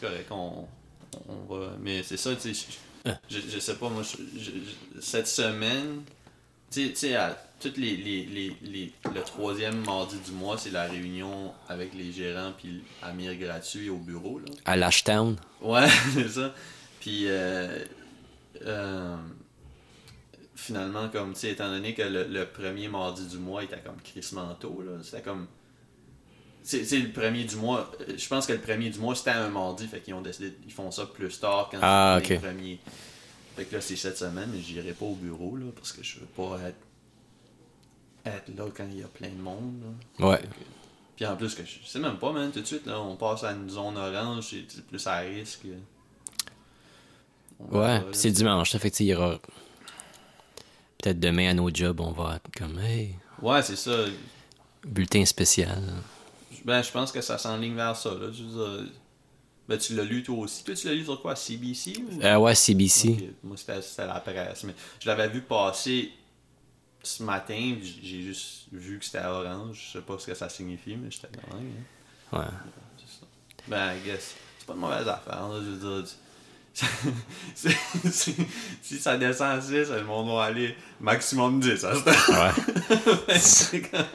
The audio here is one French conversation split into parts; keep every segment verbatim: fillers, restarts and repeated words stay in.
correct. On, on va... Mais c'est ça, tu sais, je, je, je sais pas, moi, je, je, je, cette semaine, tu sais, à toutes les, les, les, les... Le troisième mardi du mois, c'est la réunion avec les gérants puis Amir gratuit au bureau, là. À l'Ashtown. Ouais, c'est ça. Puis, euh, euh, finalement, comme, tu sais, étant donné que le, le premier mardi du mois était comme crissement tôt, là, c'était comme... C'est, c'est le premier du mois. Je pense que le premier du mois, c'était un mardi, fait qu'ils ont décidé, ils font ça plus tard quand ah, c'est okay. les premiers. Fait que là, c'est cette semaine, mais j'irai pas au bureau, là, parce que je veux pas être, être là quand il y a plein de monde, là. Ouais. Que, puis en plus, que je sais même pas, man, tout de suite, là, on passe à une zone orange, c'est, c'est plus à risque. On ouais, puis c'est dimanche, ça fait que il y aura... Peut-être demain à nos jobs, on va être comme, hey... Ouais, c'est ça. Bulletin spécial. Ben, je pense que ça s'enligne vers ça, là. Je veux dire... Ben, tu l'as lu toi aussi. Toi, tu l'as lu sur quoi? C B C? Ou... Euh, ouais, C B C. Okay. Moi, c'était, c'était la presse. Mais je l'avais vu passer ce matin. J'ai juste vu que c'était orange. Je sais pas ce que ça signifie, mais j'étais quand même. Hein. Ouais. C'est ça. Ben, I guess. C'est pas une mauvaise affaire, là. Je veux dire... c'est, c'est, si ça descend à six, le monde va aller maximum dix. Ça, ouais. c'est quand...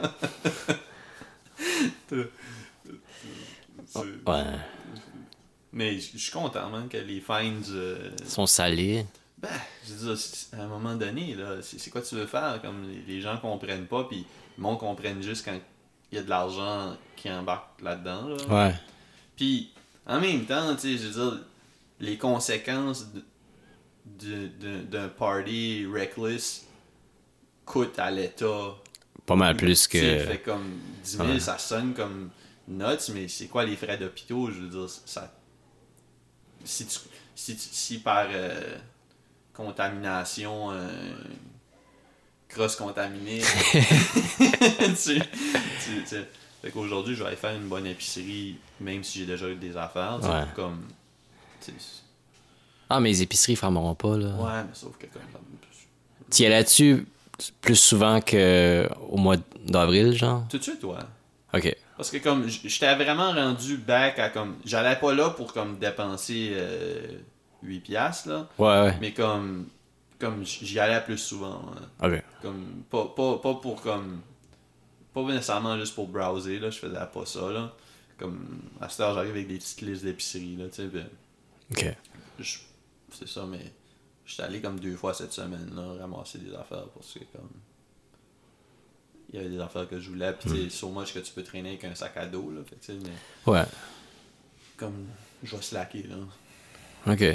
ouais. Mais je suis content, man, que les fines... Euh... sont salés. Ben, je veux dire, à un moment donné, là, c'est, c'est quoi tu veux faire? Comme les, les gens comprennent pas, puis le monde comprenne juste quand il y a de l'argent qui embarque là-dedans. Là. Ouais. Puis, en même temps, tu sais, je veux dire, les conséquences de, de, de, d'un party reckless coûtent à l'État... Pas mal plus que... Fait comme dix mille, ouais. Ça sonne comme nuts, mais c'est quoi les frais d'hôpitaux? Je veux dire, ça... Si, tu, si, tu, si par euh, contamination euh, cross-contaminée, tu, tu, tu, fait qu'aujourd'hui, je vais aller faire une bonne épicerie, même si j'ai déjà eu des affaires, ouais. Comme... Ah, mais les épiceries ne fermeront pas, là. Ouais, mais sauf que comme... Tu y allais là-dessus plus souvent qu'au mois d'avril, genre? Tout de suite, ouais. OK. Parce que comme j'étais vraiment rendu back à comme... J'allais pas là pour comme dépenser euh, huit piastres, là. Ouais, ouais. Mais comme... Comme j'y allais plus souvent. Hein. OK. Comme... Pas, pas, pas pour comme... Pas nécessairement juste pour browser, là. Je faisais pas ça, là. Comme... À cette heure, j'arrive avec des petites listes d'épicerie, là, tu sais. Ben, OK. Je, c'est ça, mais... J'étais allé comme deux fois cette semaine, là, ramasser des affaires parce que comme... Il y avait des affaires que je voulais, pis tu sais, so much que tu peux traîner avec un sac à dos, là, fait que tu sais, mais... Ouais. Comme, je vais slacker, là. OK. Ouais.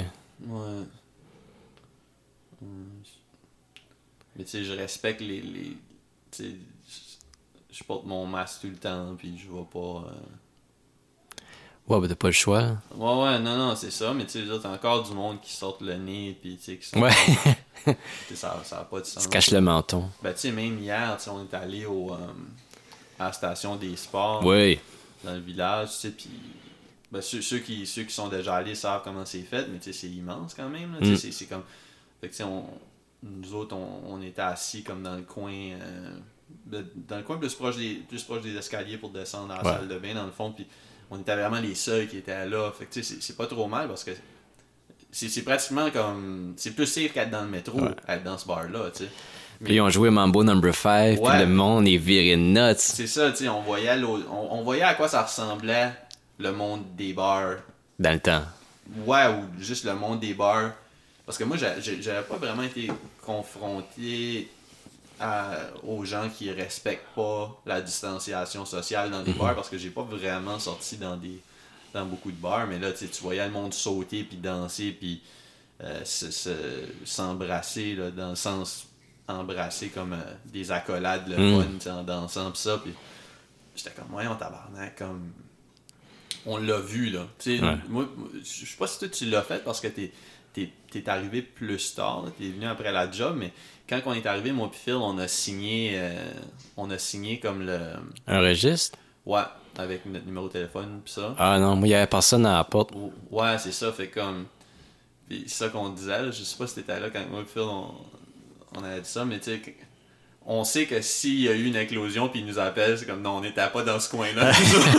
ouais. Mais tu sais, je respecte les... les tu sais, je porte mon masque tout le temps, pis je vais pas... Euh... Ouais, ben t'as pas le choix. Ouais, ouais, non, non, c'est ça, mais tu sais, t'as encore du monde qui sort le nez, pis tu sais, qui sont... Ouais. Comme... ça, ça a pas de sens. Tu caches le menton. Ben, tu sais, même hier, tu sais, on est allé au, euh, à la station des sports. Oui. Dans le village, tu sais, pis... Ben, ceux, ceux, qui, ceux qui sont déjà allés savent comment c'est fait, mais tu sais, c'est immense quand même, là, tu sais, mm. c'est, c'est comme... Fait que, tu sais, on... nous autres, on, on était assis comme dans le coin... Euh... Dans le coin plus proche des, plus proche des escaliers pour descendre à la ouais. salle de bain, dans le fond, puis on était vraiment les seuls qui étaient là. Fait que tu sais, c'est, c'est pas trop mal parce que c'est, c'est pratiquement comme... C'est plus safe qu'être dans le métro, ouais. Être dans ce bar-là, tu sais. Mais... Puis ils ont joué Mambo Number five, ouais. Puis le monde est viré nuts. C'est ça, tu sais, on voyait, on, on voyait à quoi ça ressemblait le monde des bars. Dans le temps. Ouais, ou juste le monde des bars. Parce que moi, j'avais pas vraiment été confronté... À, aux gens qui respectent pas la distanciation sociale dans des mm-hmm. bars parce que j'ai pas vraiment sorti dans des dans beaucoup de bars, mais là tu voyais le monde sauter puis danser puis euh, se, se, s'embrasser là, dans le sens embrasser comme euh, des accolades le mm. fun en dansant pis ça, puis j'étais comme ouais on tabarnak comme on l'a vu là, tu sais ouais. Moi je sais pas si toi tu l'as fait parce que t'es t'es, t'es arrivé plus tard, là, t'es venu après la job, mais quand on est arrivé, moi pis Phil, on a signé euh, on a signé comme le... Un registre? Ouais, avec notre numéro de téléphone pis ça. Ah non, moi il y avait personne à la porte. Ouais, c'est ça, fait comme... Pis c'est ça qu'on disait, là, je sais pas si t'étais là quand moi pis Phil, on, on avait dit ça, mais tu sais, on sait que s'il y a eu une éclosion puis ils nous appellent, c'est comme non, on n'était pas dans ce coin-là.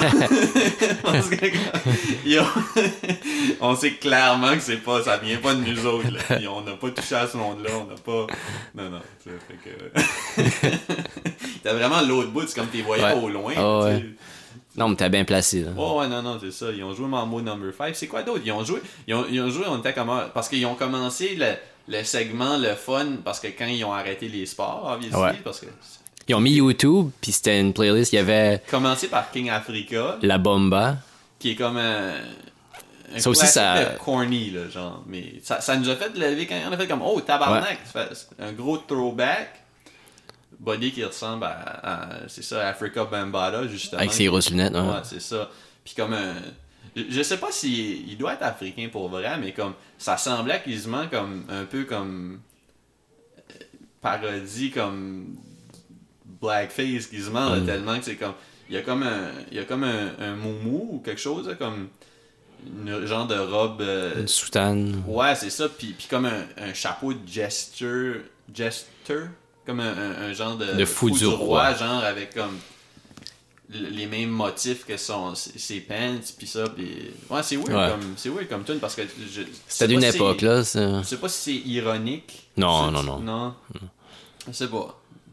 Parce que ils ont- on sait clairement que c'est pas, ça vient pas de nous autres. Là. Puis on n'a pas touché à ce monde-là, on n'a pas. Non, non. Ça fait que. T'as vraiment l'autre bout, c'est comme t'es voyais Ouais. au loin. Oh, tu sais. ouais. Non, mais t'es bien placé, là. Oh, ouais, non, non, c'est ça. Ils ont joué Mambo Number cinq. C'est quoi d'autre? Ils ont joué, ils ont, ils ont joué, on était comment? Parce qu'ils ont commencé le, le segment, le fun, parce que quand ils ont arrêté les sports, obviously, Ouais. parce que. Ils ont mis YouTube, puis c'était une playlist, il y avait Commencé par King Africa, La Bomba. qui est comme un. Un Ça aussi, classique ça- de corny, là, genre. Mais ça, ça nous a fait lever quand on a fait comme, oh, tabarnak! Ça fait- c'est un gros throwback. Body qui ressemble à, à- c'est ça, Africa Bambaataa, justement. Avec ses grosses lunettes, ouais. Ouais, c'est ça. Puis comme un. Je, je sais pas si il doit être africain pour vrai, mais comme ça semblait quasiment comme un peu comme euh, parodie comme blackface quasiment là, Mm. tellement que c'est comme il y a comme un il y a comme un, un moumou ou quelque chose là, comme une genre de robe euh, Une soutane. ouais c'est ça puis, puis comme un, un chapeau de jester jester comme un, un, un genre de, De fou du roi. genre avec comme l- les mêmes motifs que son ses ses pants puis ça puis ouais c'est weird Ouais. comme c'est weird comme tune parce que je, je sais C'était d'une pas si époque, c'est- là. ça. je sais pas si c'est ironique Non, C'est- non, non. non je sais pas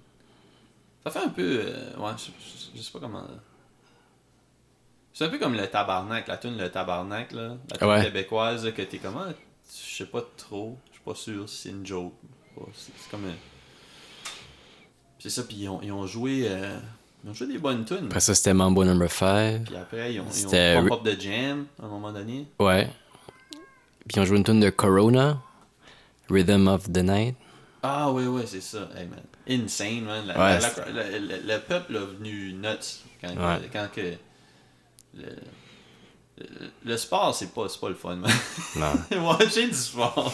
ça fait un peu euh, ouais je, je- je sais pas comment c'est un peu comme le tabarnak la tune le tabarnak là la tune Ouais. québécoise là, que t'es comment je sais pas trop je suis pas sûr si c'est une joke Pas- c'est c'est comme un- c'est ça puis ils ont, ils ont joué euh, ils ont joué des bonnes tunes Après ça, c'était Mambo Number cinq. puis après ils ont, ils C'était ont Ri- Pump Up the Jam à un moment donné Ouais. Puis ils ont joué une tune de Corona, Rhythm of the Night. ah ouais ouais c'est ça hey man insane man la- Ouais, la- c'est- la- le, le- le peuple est venu nuts quand, Ouais. quand que le, le, le sport c'est pas, c'est pas le fun man Non. watcher du sport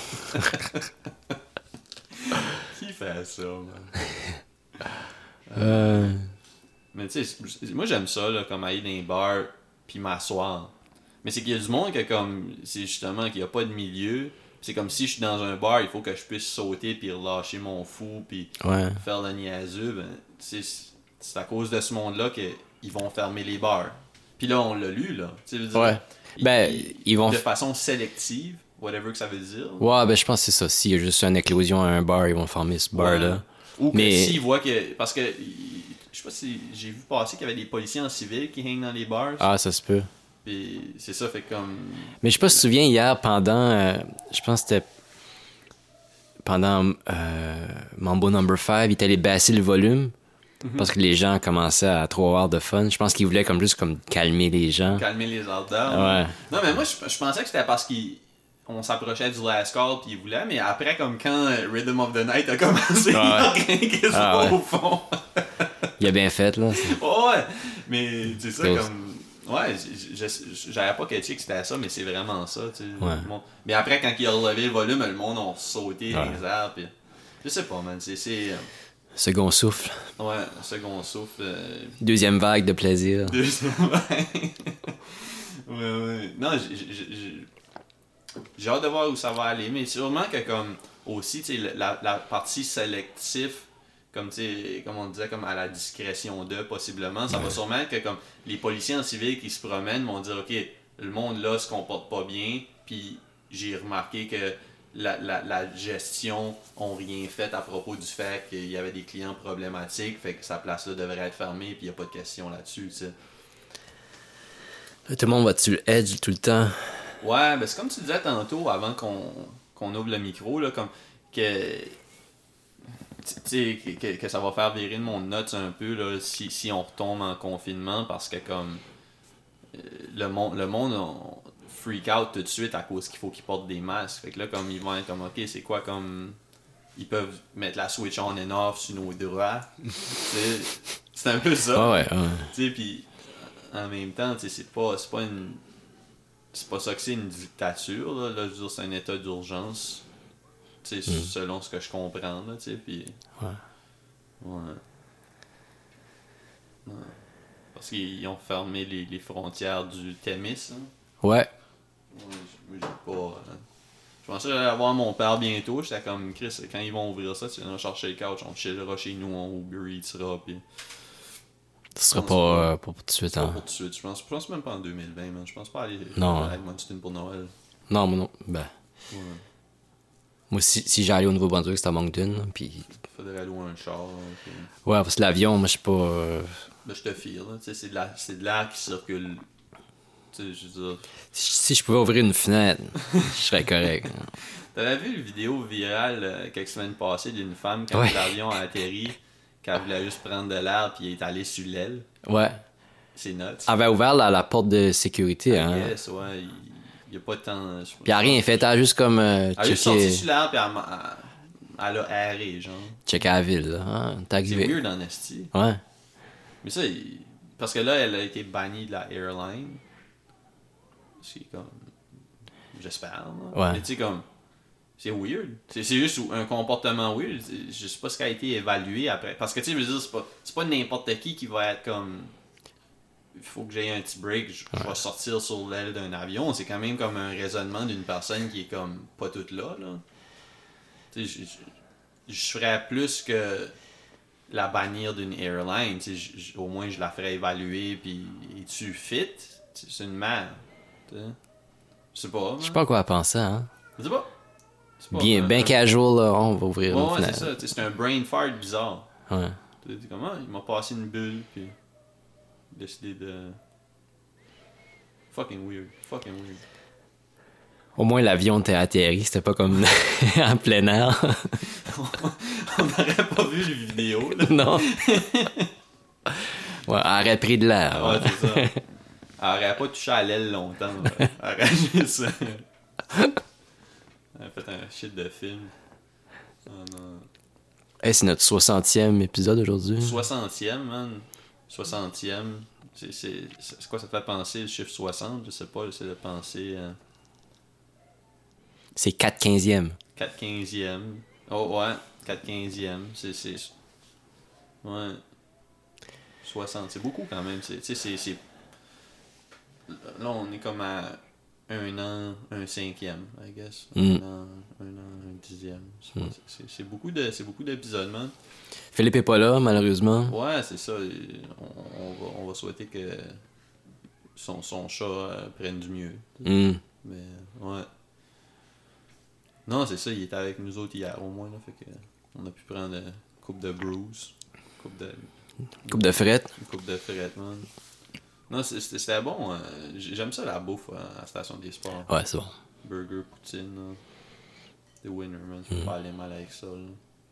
qui fait ça man Euh... mais tu sais c'est- moi j'aime ça là, comme aller dans les bars puis m'asseoir mais c'est qu'il y a du monde que comme c'est justement qu'il y a pas de milieu c'est comme si je suis dans un bar il faut que je puisse sauter puis relâcher mon fou puis Ouais. faire le niaiseux, ben, c'est, c'est à cause de ce monde-là qu'ils vont fermer les bars. Puis là, on l'a lu, là. Tu sais, je veux dire, Ouais. ils- Ben, ils- ils vont de f- façon sélective, whatever que ça veut dire. Ouais, ben je pense que c'est ça. S'il y a juste une éclosion à un bar, ils vont fermer ce bar-là. Ou que Mais- s'ils voient que... Parce que, ils- je sais pas si j'ai vu passer qu'il y avait des policiers en civil qui hangent dans les bars. Ah, ça se peut. Puis c'est ça, fait comme... Mais je sais pas si tu te souviens, hier, pendant... euh, je pense que c'était... Pendant euh, Mambo Number cinq, il était allé baisser le volume. Parce que les gens commençaient à trop avoir de fun. Je pense qu'ils voulaient comme juste comme calmer les gens. calmer les ardeurs. Ouais. Non, mais moi, je, je pensais que c'était parce qu'on s'approchait du last call puis ils voulaient, mais après, comme quand euh, Rhythm of the Night a commencé, Ouais. il a Ah ouais. au fond. Il a bien fait, là. Ouais, mais c'est ça Close. comme... Ouais, j- j- j- j'avais pas catché que c'était ça, mais c'est vraiment ça, tu sais. Ouais. Le monde- Mais après, quand il a relevé le volume, le monde a sauté dans Ouais. les airs, puis... Je sais pas, man, c'est... c'est, euh, Second souffle. Ouais, un second souffle... euh, Deuxième vague de plaisir. Deuxième ouais, ouais. Non, j'ai- j'ai- j'ai j'ai hâte de voir où ça va aller, mais sûrement que comme aussi, tu sais, la, la partie sélective, comme tu sais, comme on disait, comme à la discrétion d'eux, possiblement, ça va sûrement être que comme les policiers en civil qui se promènent vont dire, ok, le monde là se comporte pas bien, puis j'ai remarqué que la, la, la gestion ont rien fait à propos du fait qu'il y avait des clients problématiques, fait que sa place là devrait être fermée, puis il n'y a pas de question là-dessus, tu sais. Là, tout le monde va sur le edge tout le temps. Ouais, ben c'est comme tu disais tantôt, avant qu'on qu'on ouvre le micro, là, comme que, tu sais, que, que, que ça va faire virer de mon note un peu là, si, si on retombe en confinement, parce que comme euh, le monde, le monde on freak out tout de suite à cause qu'il faut qu'ils portent des masques. Fait que là, comme ils vont être comme, ok, c'est quoi comme... Ils peuvent mettre la switch on and off sur nos droits. Tu sais, c'est un peu ça. Ah ouais, ouais. Tu sais, puis en même temps, tu sais, c'est pas, c'est pas une... C'est pas ça que c'est une dictature, là. Là, je veux dire, c'est un état d'urgence. Tu sais, Mm. selon ce que je comprends, là, tu sais, puis... Ouais. Ouais. Ouais. Parce qu'ils ont fermé les, les frontières du Témis, hein. Ouais. Ouais, j- moi, j'ai pas... euh, Je pensais que j'allais avoir mon père bientôt. J'étais comme, Chris, quand ils vont ouvrir ça, tu viendras chercher le couch, on chillera chez nous, on Uber Eatsera, puis... Ce sera pas, euh, pas pour tout de suite, Pas hein. pour tout de suite. Je pense, je pense même pas en deux mille vingt, man. Je pense pas aller Non. à Edmonton pour Noël. Non, moi non. Ben. Ouais. Moi, si, si j'allais au Nouveau-Brunswick, c'était à Moncton. Puis... Faudrait aller louer un char. Puis... Ouais, parce que l'avion, moi, je suis pas. Euh... Ben, je te file, là. Tu sais, c'est de la- c'est de l'air qui circule. Tu sais, je veux dire. Si, si je pouvais ouvrir une fenêtre, je serais correct. T'avais vu une vidéo virale euh, quelques semaines passées d'une femme quand Ouais. l'avion a atterri, qu'elle voulait juste prendre de l'air puis elle est allée sur l'aile. Ouais. C'est nuts. Elle avait ouvert la, la porte de sécurité, hein. Yes, ouais. Il n'y a pas de temps. je- Puis elle a rien fait, elle a juste comme euh, Elle a juste sorti checké, sur l'air puis elle, m'a- elle, elle a aéré, genre. checké la ville, là. Hein, t'es C'est arrivé. weird en esti. Ouais. Mais ça, il- parce que là, elle a été bannie de la airline. C'est comme. J'espère, là. Ouais. Mais tu sais, comme. C'est weird. C'est c'est juste un comportement weird. Je sais pas ce qui a été évalué après. Parce que tu sais, je veux dire, c'est pas, c'est pas n'importe qui qui va être comme. Il faut que j'aie un petit break, je, je vais sortir sur l'aile d'un avion. C'est quand même comme un raisonnement d'une personne qui est comme pas toute là, là. Tu sais, je, je, je ferais plus que la bannir d'une airline. Tu sais, je- je- au moins, je la ferais évaluer, puis es-tu fit? Tu sais, c'est une merde. Tu sais. Je sais pas. Je sais pas à quoi penser, hein. Je sais pas. C'est pas Bien, un- bien un- casual, là, on va ouvrir Ouais, une ouais, c'est fenêtre. ça. Tu sais, c'est un brain fart bizarre. Ouais. Tu sais, comment? Il m'a passé une bulle, puis décidé de... Fucking weird. Fucking weird. Au moins, l'avion était atterri, c'était pas comme en plein air. On n'aurait pas vu les vidéos, là. Non. Ouais, elle aurait pris de l'air. Ouais, Ouais. c'est ça. Elle aurait pas touché à l'aile longtemps. là. Elle aurait juste... Elle a fait un shit de film. Oh non. Hey, c'est notre soixantième épisode aujourd'hui. soixantième, man. soixantième. C'est, c'est, c'est quoi ça te fait penser, le chiffre soixante? Je sais pas, j'essaie de penser... Euh... C'est quatre quinzième. quatre quinzième. Oh ouais, quatre quinzième. C'est, c'est... Ouais. soixante. C'est beaucoup quand même. Tu sais, c'est, c'est... Là, on est comme à un an, un cinquième, I guess. Mm. Un an, un an, un dixième. C'est, pas- c'est, c'est beaucoup de, c'est beaucoup d'épisodes, man. Philippe est pas là, malheureusement. Ouais, c'est ça. On, on, va, on va souhaiter que son, son chat euh, prenne du mieux. Mm. Mais, ouais. Non, c'est ça, il était avec nous autres hier au moins, là, fait que on a pu prendre une coupe de brews, coupe de, Coupe de fret. une coupe de frette, man. Non, c'est- c'était c'était bon. euh, J'aime ça la bouffe euh, à la station des sports. Ouais, c'est bon. Burger, poutine, là. Des winners, man. Tu peux pas aller mal avec ça, là.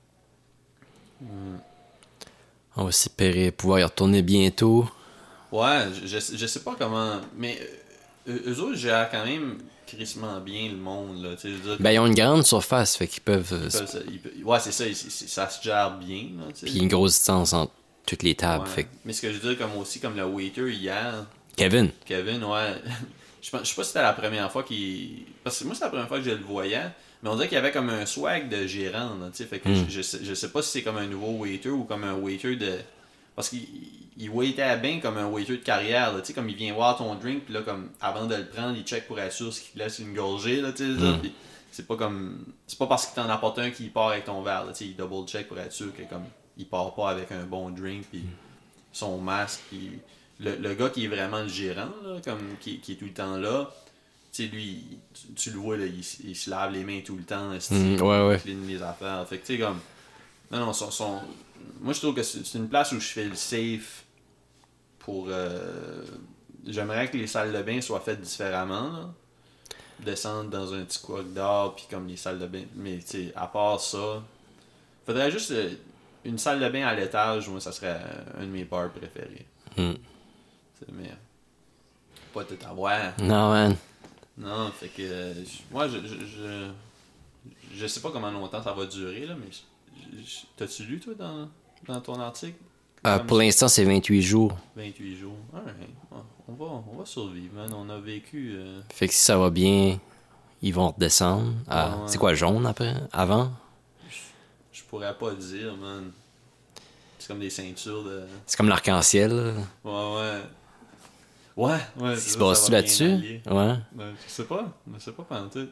Mm. On va espérer pouvoir y retourner bientôt. Ouais, je, je, je sais pas comment. Mais euh, eux autres gèrent quand même crissement bien le monde, là. Tu sais, je veux dire, Ben, ils ont une grande surface, fait qu'ils peuvent. euh, ils peuvent se- ils peuvent- ouais, c'est ça, ils- c'est- ça se gère bien, là, tu sais. Puis une grosse distance entre toutes les tables. Ouais. Fait que- Mais ce que je veux dire, comme aussi, comme le waiter hier, Kevin. Kevin, ouais. je, pense- je sais pas si c'était la première fois qu'il. Parce que moi, c'est la première fois que je le voyais. Mais on dirait qu'il y avait comme un swag de gérant, là, tu sais. Fait que Mm. je, je, sais, je sais pas si c'est comme un nouveau waiter ou comme un waiter de. Parce qu'il il waitait bien comme un waiter de carrière, là, tu sais, comme il vient voir ton drink, puis là, comme avant de le prendre, il check pour être sûr qu'il te laisse une gorgée, là, tu sais. là, Mm. puis c'est pas comme. C'est pas parce qu'il t'en apporte un qu'il part avec ton verre, là, tu sais. Il double check pour être sûr que, comme, il part pas avec un bon drink, puis son masque, puis le, le gars qui est vraiment le gérant, là, comme, qui, qui est tout le temps là, tu sais, lui, tu, tu le vois, là, il, s- il se lave les mains tout le temps, esti, Mm, ouais, ouais. il clean les affaires. Fait que, tu sais, comme. Non, non, son, son- moi, je trouve que c'est c'est une place où je fais le safe pour. euh, J'aimerais que les salles de bain soient faites différemment, là. Descendre dans un petit corridor, puis comme les salles de bain. Mais, tu sais, à part ça, faudrait juste. euh, une salle de bain à l'étage, moi, ça serait un de mes bars préférés. Mm. Tu sais, mais. Pas tout avoir. Non, man. Non, fait que. euh, j- moi, je, je, je. Je sais pas comment longtemps ça va durer, là, mais. je- je- T'as-tu lu, toi, dans, dans ton article? Euh, Comme pour l'instant, c'est vingt-huit jours. vingt-huit jours. Alright. On va, on va survivre, man. On a vécu. euh, Fait que si ça va bien, ils vont redescendre. à- Ouais, ouais. C'est quoi, jaune après? Avant? Je pourrais pas le dire, man. C'est comme des ceintures de. C'est comme l'arc-en-ciel. là. Ouais, ouais. Ouais, ouais. Ils c'est se ça, basent-tu ça va bien là-dessus? allier. Ouais. Ouais, je sais pas. Je sais pas pendant tout.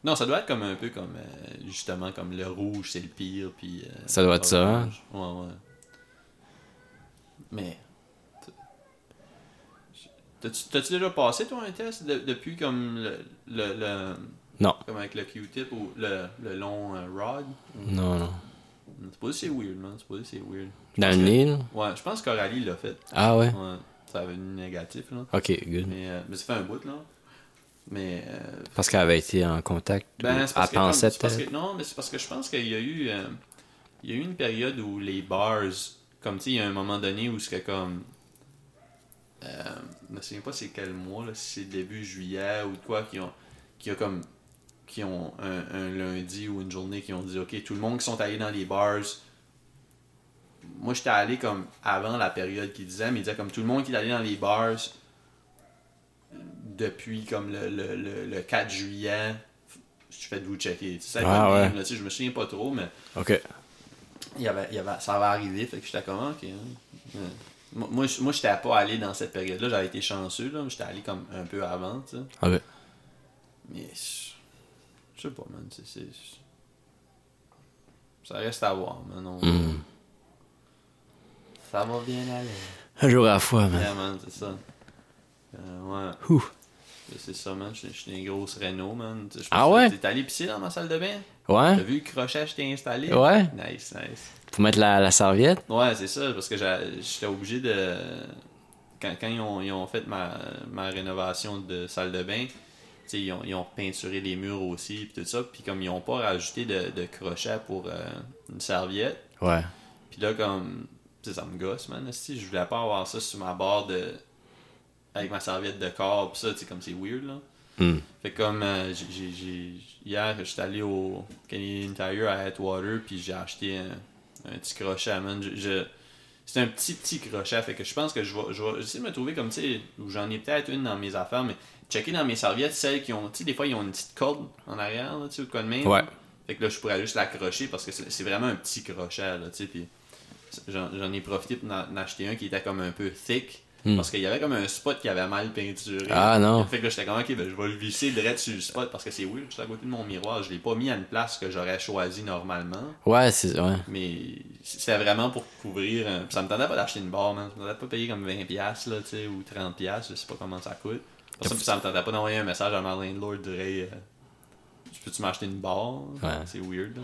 Non, ça doit être comme un peu comme, euh, justement, comme le rouge, c'est le pire, puis... Euh, ça doit être ça, hein? Ouais, ouais. Mais... T'as-tu, t'as-tu déjà passé, toi, un test de, depuis, comme, le... le, le non. Comme avec le Q-tip ou le, le long euh, rod? Non, non. C'est pas c'est weird, man. C'est pas c'est weird. Dans le nez, là? Ouais, je pense qu'Aurélie l'a fait. Ah ouais? Ouais, ça avait une négatif, là. Ok, good. Mais, euh, mais ça fait un bout, là. Mais... Euh, parce qu'elle avait été en contact. Ben, c'est parce, elle pensait que, comme, c'est parce que non, mais c'est parce que je pense qu'il y a eu euh, il y a eu une période où les bars, comme tu sais, il y a un moment donné où c'était comme euh, je me souviens pas c'est quel mois là, si c'est début juillet ou de quoi qui ont qui a comme qui ont un, un lundi ou une journée qui ont dit ok, tout le monde qui sont allés dans les bars. Moi j'étais allé comme avant la période qu'ils disaient, mais ils disaient comme tout le monde qui est allé dans les bars depuis comme le, le, le, le quatre juillet, je fais de vous checker. Ça ah, ouais. même, là, je me souviens pas trop, mais ok. il y avait, il y avait, ça va arriver, fait que j'étais comme ok. Hein. Moi, moi, moi j'étais pas allé dans cette période-là, j'avais été chanceux, là, j'étais allé comme un peu avant, tu sais. Ok. Mais je sais pas, man, c'est, c'est, ça reste à voir, man. On... Mm. Ça va bien aller. Un jour à la fois, man. Yeah, man, c'est ça. Euh, ouais. Ouh. C'est ça, man. Je suis une grosse Renault, man. Ah ouais? T'es allé pisser dans ma salle de bain? Ouais? T'as vu le crochet que je t'ai installé? Ouais? Nice, nice. Pour mettre la, la serviette? Ouais, c'est ça, parce que j'étais obligé de... Quand, quand ils, ont, ils ont fait ma, ma rénovation de salle de bain, ils ont, ils ont peinturé les murs aussi, puis tout ça, puis comme ils ont pas rajouté de, de crochet pour euh, une serviette, ouais. Puis là, comme... ça me gosse, man. Si je voulais pas avoir ça sur ma barre de... avec ma serviette de corps, pis ça, tu sais, comme c'est weird, là. Mm. Fait comme, euh, j'ai, j'ai, hier, j'étais allé au Canadian Tire à Headwater, puis j'ai acheté un, un petit crochet, man. Je, je, c'est un petit, petit crochet, fait que je pense que je vais, je vais essayer de me trouver comme, tu sais, où j'en ai peut-être une dans mes affaires, mais checker dans mes serviettes, celles qui ont, tu sais, des fois, ils ont une petite corde en arrière, là, tu sais, ou quoi de même. Ouais. Fait que là, je pourrais juste l'accrocher, parce que c'est, c'est vraiment un petit crochet, là, tu sais, puis j'en, j'en ai profité pour en acheter un qui était comme un peu thick. Mm. Parce qu'il y avait comme un spot qui avait mal peinturé. Ah non. Fait que là, j'étais comme, ok, ben, je vais le visser direct sur le spot parce que c'est weird. Juste à côté de mon miroir. Je l'ai pas mis à une place que j'aurais choisi normalement. Ouais, c'est ouais. Mais c'était vraiment pour couvrir. Un... Ça me tentait pas d'acheter une barre, man. Ça me tentait pas payer comme vingt dollars là, tu sais, ou trente dollars. Je sais pas comment ça coûte. Pour ça, ça me tentait pas d'envoyer un message à ma landlord dirait euh, peux-tu m'acheter une barre? Ouais. C'est weird, là.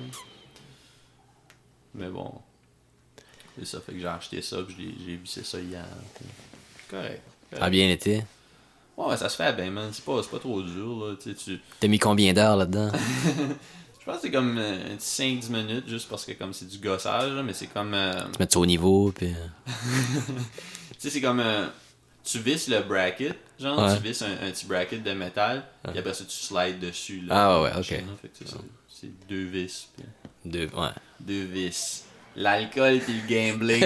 Mais bon. C'est ça, fait que j'ai acheté ça, puis j'ai, j'ai vissé ça hier. Puis... Correct. Ça a bien été. Ouais, ça se fait bien, man. C'est pas, c'est pas trop dur, là. Tu sais, tu... T'as mis combien d'heures là-dedans? Je pense que c'est comme euh, cinq dix minutes, juste parce que comme c'est du gossage, là, mais c'est comme... Euh... Tu mets ça au niveau, puis... tu sais, c'est comme... Euh... Tu visses le bracket, genre, ouais. Tu visses un, un petit bracket de métal, ouais. Puis après ça, tu slides dessus, là. Ah ouais, ok. Fait que c'est, c'est deux vis. Puis... Deux, ouais. Deux vis. L'alcool pis le gambling.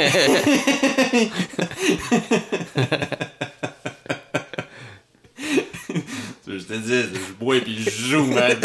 Je te dis, je bois et puis je joue, man.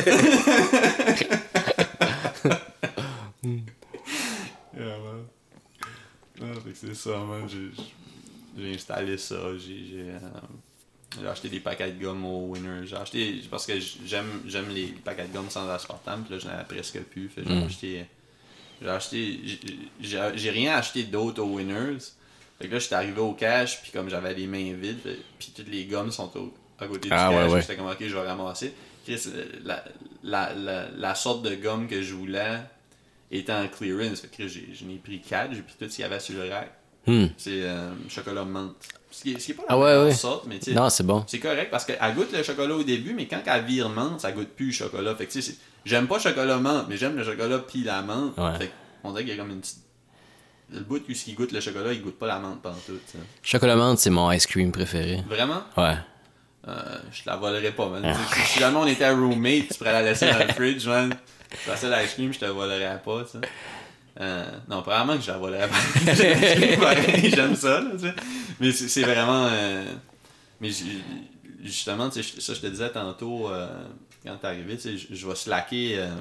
Yeah, man. Non, fait que c'est ça, man. J'ai, j'ai installé ça. J'ai, j'ai, euh, j'ai acheté des paquets de gomme au Winner. J'ai acheté, parce que j'aime, j'aime les paquets de gomme sans aspartame. Puis là, j'en avais presque plus. Fait que j'ai mm. acheté... J'ai acheté. J'ai, j'ai rien acheté d'autre aux Winners. Fait que là, j'étais arrivé au cash, puis comme j'avais les mains vides, puis toutes les gommes sont au, à côté du ah, cash, ouais, ouais. J'étais comme, ok, je vais ramasser. Chris, la, la, la, la sorte de gomme que je voulais était en clearance. Fait que j'ai, j'en ai pris quatre, j'ai pris tout ce qu'il y avait sur le rack. Hmm. C'est euh, chocolat menthe. Ce qui, ce qui est pas la ah, ouais, ouais. sorte, mais tu sais. Non, c'est bon. C'est correct parce qu'elle goûte le chocolat au début, mais quand elle vire menthe, ça goûte plus le chocolat. Fait que tu sais, j'aime pas le chocolat menthe, mais j'aime le chocolat puis la menthe. Ouais. Fait on dirait qu'il y a comme une petite. Le bout où il goûte le chocolat, il goûte pas la menthe pantoute. T'sais. Chocolat menthe, c'est mon ice cream préféré. Vraiment? Ouais. Euh, je te la volerais pas, man. Si jamais on était roommate, tu pourrais la laisser dans le fridge, man. Tu passais l'ice cream, je te volerais pas, tu sais. Euh, non, probablement que je la volerais pas. J'aime ça, là, tu sais. Mais c'est, c'est vraiment. Euh... Mais justement, tu sais, ça, je te disais tantôt, euh, quand t'es arrivé, tu sais, je, je vais slacker. Euh...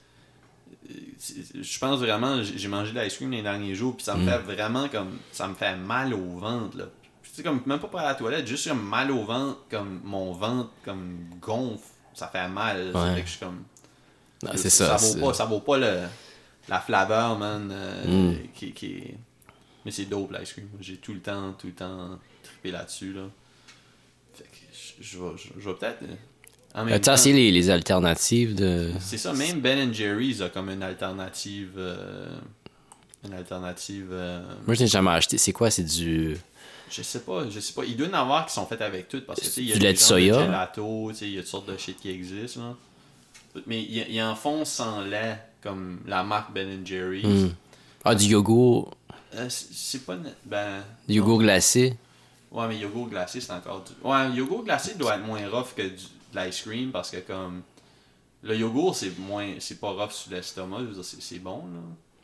Je pense vraiment, j'ai mangé de l'ice cream les derniers jours, puis ça me mm. fait vraiment comme. Ça me fait mal au ventre, là. Tu sais, comme, même pas pour aller à la toilette, juste comme mal au ventre, comme mon ventre, comme gonfle. ça fait mal. Ouais. Ça fait que je suis comme. Non, c'est ça. ça. Ça vaut c'est... pas, ça vaut pas le, la flaveur, man. Euh, Mm. qui, qui... Mais c'est dope, l'ice cream. J'ai tout le temps, tout le temps trippé là-dessus, là. Fait que je, je vais, je, je vais peut-être. euh, En même As-tu temps, essayé les, les alternatives de. c'est ça, même Ben and Jerry's a comme une alternative. euh, une alternative. euh, Moi, je n'ai jamais acheté. C'est quoi? C'est du. Je sais pas, je sais pas. Il doit y en avoir qui sont faits avec tout parce que tu sais, il y a Du des lait de genres soya? de gelato, tu sais, il y a toutes sortes de shit qui existent là. Mais ils il en font sans lait, comme la marque Ben and Jerry's. Hmm. Ah, du yogourt. Euh, c'est c'est pas. ne- Ben. Du yogourt non. glacé. Ouais, mais yogourt glacé, c'est encore du. Ouais, yogourt glacé doit être moins rough que du, de l'ice cream parce que comme. Le yogourt, c'est moins. C'est pas rough sur l'estomac, je veux dire, c'est c'est bon là.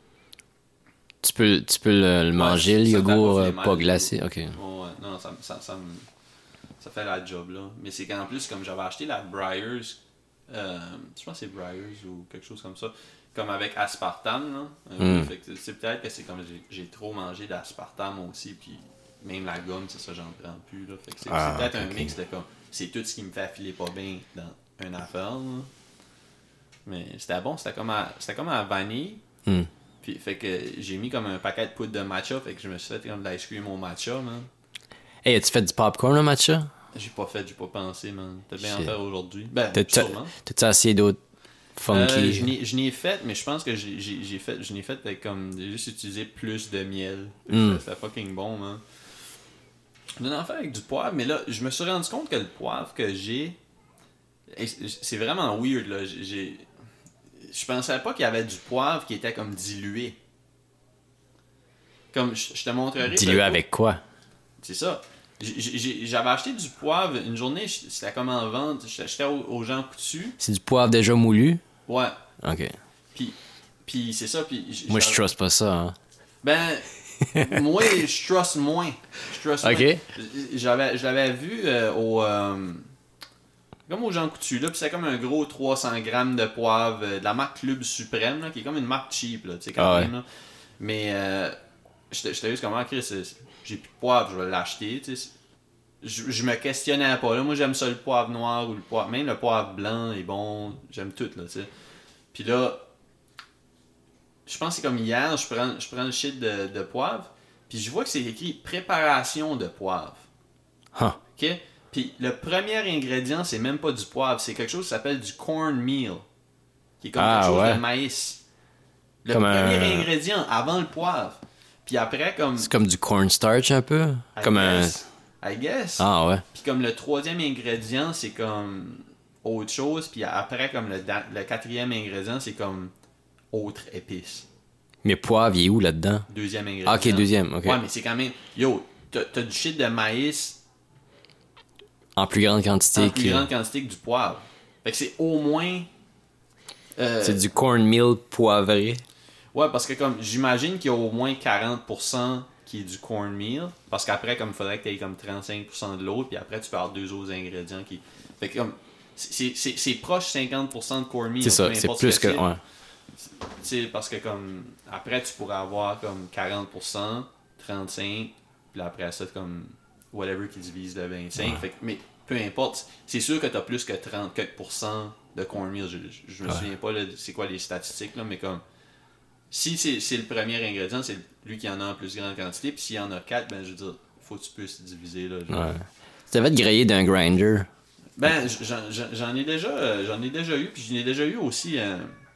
Tu peux, tu peux le, le manger, Ouais, le ça yogourt t'abouffe les euh, mal, pas le glacé. yogourt. Ok. Ouais, ouais, non, ça, ça, ça, me- ça fait la job là. Mais c'est qu'en plus, comme j'avais acheté la Breyers, euh, je pense que c'est Breyers ou quelque chose comme ça, comme avec aspartame là. un peu. Mm. Fait que c'est peut-être que c'est comme j'ai- j'ai trop mangé d'aspartame aussi, puis même la gomme, c'est ça, j'en prends plus là. Fait que c'est Ah, c'est peut-être ok, un ok. mix de comme. C'est tout ce qui me fait filer pas bien dans une affaire là. Mais c'était bon, c'était comme à, c'était comme à la vanille. Hmm. Puis, fait que j'ai mis comme un paquet de poudre de matcha, fait que je me suis fait comme de l'ice cream au matcha, man. Hey, as-tu fait du popcorn au matcha? J'ai pas fait, j'ai pas pensé, man. T'as bien en Shit. faire aujourd'hui. Ben, T'as- t'as- sûrement. T'as-tu essayé d'autres funky? Euh, je n'ai- je n'ai fait, mais je pense que j'ai j'ai- j'ai fait, je n'ai fait avec comme, j'ai juste utilisé plus de miel. Mm. C'était fucking bon, man. Je vais en faire avec du poivre, mais là, je me suis rendu compte que le poivre que j'ai, et c'est c'est vraiment weird, là. J'ai- J'ai, je pensais pas qu'il y avait du poivre qui était comme dilué. Comme, je, je te montrerai. Dilué le- avec quoi? C'est ça. J'ai- j'ai- J'avais acheté du poivre une journée, c'était comme en vente, j'achetais aux, aux gens coutus. C'est du poivre déjà moulu? Ouais. Ok. Puis, puis c'est ça. Puis j- Moi, je j'avais- trust pas ça. Hein. Ben, moi, je trust moins. Je trust Ok. moins. J'avais, je l'avais vu euh, au. euh, comme aux gens coutus, là. Puis c'est comme un gros trois cents grammes de poivre euh, de la marque Club Suprême, là, qui est comme une marque cheap, là, tu sais, quand Ah même. ouais. Là. Mais, euh, j'étais j'étais juste comme, ah, Chris, c'est- j'ai plus de poivre, je vais l'acheter, tu sais. Je, je me questionnais pas, là. Moi, j'aime ça le poivre noir ou le poivre. Même le poivre blanc est bon. J'aime tout, là, tu sais. Puis là, je pense que c'est comme hier, je prends, je prends le shit de, de poivre, puis je vois que c'est écrit préparation de poivre. Huh. OK? Puis le premier ingrédient, c'est même pas du poivre, c'est quelque chose qui s'appelle du cornmeal, qui est comme Ah, quelque chose ouais. de maïs. Le Comme premier un- ingrédient avant le poivre. Puis après, comme. C'est comme du cornstarch un peu? I Comme guess, I guess. un. Ah ouais. Puis comme le troisième ingrédient, c'est comme autre chose. Puis après, comme le, da- le quatrième ingrédient, c'est comme autre épice. Mais poivre, il est où là-dedans? Deuxième ingrédient. Ah, ok, deuxième, ok. Ouais, mais c'est quand même. Yo, t'as, t'as du shit de maïs En plus grande quantité en que. plus grande quantité que du poivre. Fait que c'est au moins. euh, C'est du cornmeal poivré. Ouais, parce que comme j'imagine qu'il y a au moins quarante pour cent qui est du cornmeal. Parce qu'après, comme il faudrait que tu aies comme trente-cinq pour cent de l'autre, puis après, tu peux avoir deux autres ingrédients qui. Fait que comme. C'est, c'est, c'est proche cinquante pour cent de cornmeal. C'est ça, peu c'est importe plus ce que. c'est. Ouais. Tu sais, parce que comme. Après, tu pourrais avoir comme quarante pour cent, trente-cinq, puis après ça, comme. Whatever qui divise de vingt-cinq. Ouais. Fait que, mais peu importe. C'est sûr que tu as plus que trente quelques pour cent de cornmeal. Je, je, je me Ouais. souviens pas là, c'est quoi les statistiques, là, mais comme. Si c'est, c'est le premier ingrédient, c'est lui qui en a en plus grande quantité. Puis s'il y en a quatre, ben je veux dire, faut que tu puisses diviser. Là, genre. Ouais. Tu devais te griller d'un grinder. Ben, j'en, j'en, j'en ai déjà euh, j'en ai déjà eu, puis j'en ai déjà eu aussi euh,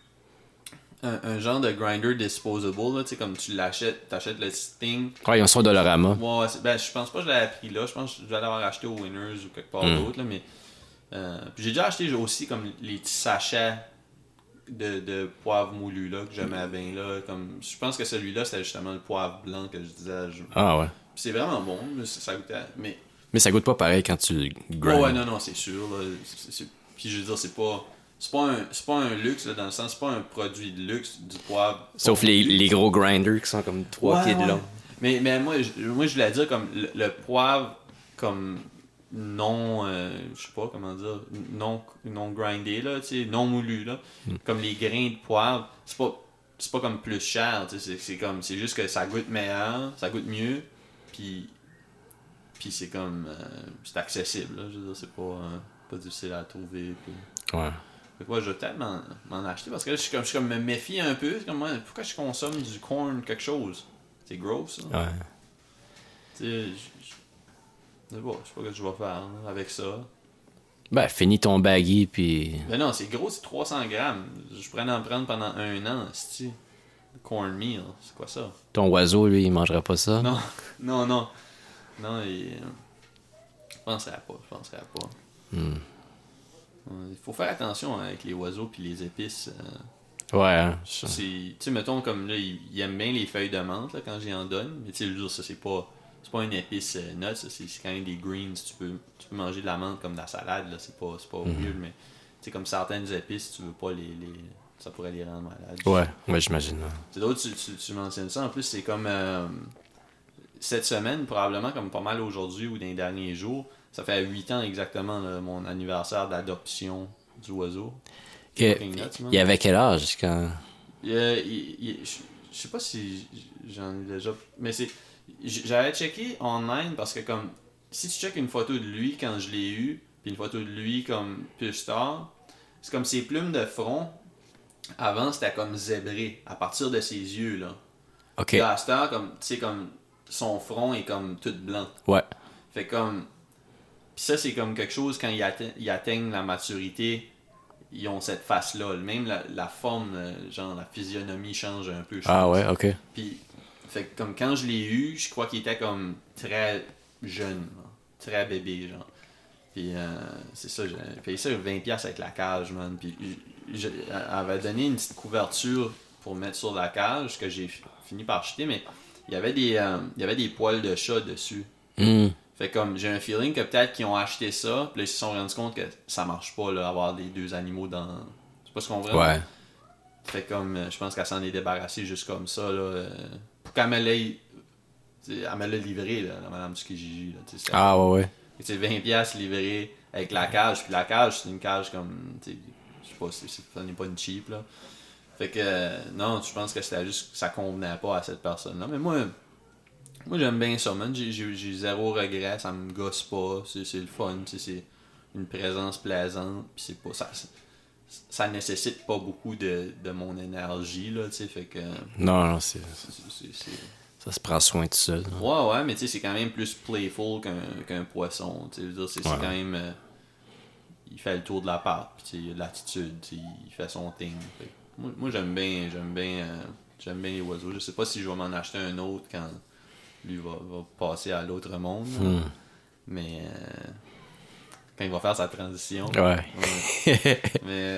un, un genre de grinder disposable, là, tu sais, comme tu l'achètes, t'achètes le petit thing. Ouais, ils ont ça au Dollarama. Ouais, ouais, c'est- ben, je pense pas que je l'avais pris là, je pense que je vais l'avoir acheté au Winners ou quelque part Mm. d'autre, là, mais euh, puis j'ai déjà acheté aussi comme les petits sachets de, de poivre moulu, là, que j'aimais bien, là, comme, je pense que celui-là, c'était justement le poivre blanc que je disais. Je- Ah ouais. Puis c'est vraiment bon, mais ça, ça goûtait, mais Mais ça goûte pas pareil quand tu le Ouais, grindes. ouais, non, non, c'est sûr. Là. C'est- c'est- Puis je veux dire, c'est pas. C'est pas un, c'est pas un luxe, là, dans le sens, c'est pas un produit de luxe du poivre. Sauf les, les gros grinders qui sont comme trois Ouais, pieds de ouais. long. Mais, mais moi, je, moi, je voulais dire comme le, le poivre, comme non. euh, je sais pas comment dire. Non, non grindé, là, tu sais, non moulu, là. Comme les grains de poivre, c'est pas. C'est pas comme plus cher, tu sais, c'est, c'est comme. C'est juste que ça goûte meilleur, ça goûte mieux, puis. Puis c'est comme. euh, c'est accessible, là, je veux dire, c'est pas, euh, pas difficile à trouver. Puis... Ouais. Fait que ouais, je vais peut-être m'en, m'en acheter parce que là, je suis comme, je suis comme me méfie un peu. C'est comme, moi, pourquoi je consomme du corn quelque chose? C'est gross, ça. Ouais. Tu sais, je, je, je sais pas, je sais pas ce que je vais faire hein, avec ça. Ben, finis ton baggy, puis... Mais non, c'est gros, c'est trois cents grammes. Je pourrais en prendre pendant un an, c'est cornmeal, c'est quoi ça? Ton oiseau, lui, il mangerait pas ça? Non, non, non. Non, il... je penserais pas, je penserais pas. Hmm. Il faut faire attention hein, avec les oiseaux puis les épices. Euh, ouais, hein, ça. c'est, tu sais, mettons, comme là, il, il aime bien les feuilles de menthe là, quand j'y en donne. Mais tu sais, je veux dire, ça, c'est pas... C'est pas une épice euh, nut, ça, c'est, c'est quand même des greens. Tu peux, tu peux manger de la menthe comme de la salade, là, c'est pas, c'est pas Mm-hmm. weird, mais tu sais, comme certaines épices, tu veux pas les, les... Ça pourrait les rendre malades. Ouais, ouais, j'imagine. Ouais. C'est d'autres, tu, tu, tu mentionnes ça. En plus, c'est comme... Euh, cette semaine, probablement, comme pas mal aujourd'hui ou dans les derniers jours, ça fait huit ans exactement, là, mon anniversaire d'adoption du oiseau. Que, il avait quel âge quand... Il, il, il, je, je sais pas si j'en ai déjà... Mais c'est... J'avais checké online parce que comme si tu checkes une photo de lui quand je l'ai eu puis une photo de lui comme plus tard, c'est comme ses plumes de front avant c'était comme zébré à partir de ses yeux là. Ok. Là, à cette heure, comme tu sais comme son front est comme tout blanc. Ouais. Fait comme puis ça c'est comme quelque chose quand ils atteignent, ils atteignent la maturité, ils ont cette face là, même la, la forme genre la physionomie change un peu. Je ah pense. ouais, ok. Puis fait que comme quand je l'ai eu, je crois qu'il était comme très jeune, là, très bébé, genre. Puis euh, c'est ça, j'ai payé ça vingt dollars avec la cage, man. Puis je, elle avait donné une petite couverture pour mettre sur la cage que j'ai fini par acheter, mais il y avait des, euh, il y avait des poils de chat dessus. Mm. Fait comme j'ai un feeling que peut-être qu'ils ont acheté ça, puis là ils se sont rendus compte que ça marche pas, là, avoir des deux animaux dans. C'est pas ce qu'on veut. Ouais. Fait comme, je pense qu'elle s'en est débarrassée juste comme ça, là. Euh, pour qu'elle me l'ait... Elle me l'a livré, là, la madame du Kijiji, là. T'sais, ah ouais, ouais. C'est vingt dollars livré avec la cage. Puis la cage, c'est une cage comme... Je sais pas, c'est, c'est, ça n'est pas une cheap, là. Fait que, euh, non, je pense que c'était juste que ça convenait pas à cette personne-là. Mais moi, moi j'aime bien ça, man. J'ai, j'ai, j'ai zéro regret, ça me gosse pas. C'est, c'est le fun, c'est une présence plaisante. Puis c'est pas... Ça, c'est, ça nécessite pas beaucoup de, de mon énergie, là, tu sais, fait que... Non, non, c'est... c'est, c'est, c'est... Ça se prend soin tout seul. Ouais, ouais, ouais mais tu sais, c'est quand même plus playful qu'un, qu'un poisson, tu sais, je veux dire, c'est, ouais. c'est quand même... Euh, il fait le tour de la pâte, puis tu sais, il a de l'attitude, tu sais, il fait son thing. Fait, moi, moi, j'aime bien, j'aime bien, euh, j'aime bien les oiseaux. Je sais pas si je vais m'en acheter un autre quand lui va, va passer à l'autre monde, hmm. mais... Euh, quand il va faire sa transition. Ouais. ouais. Mais.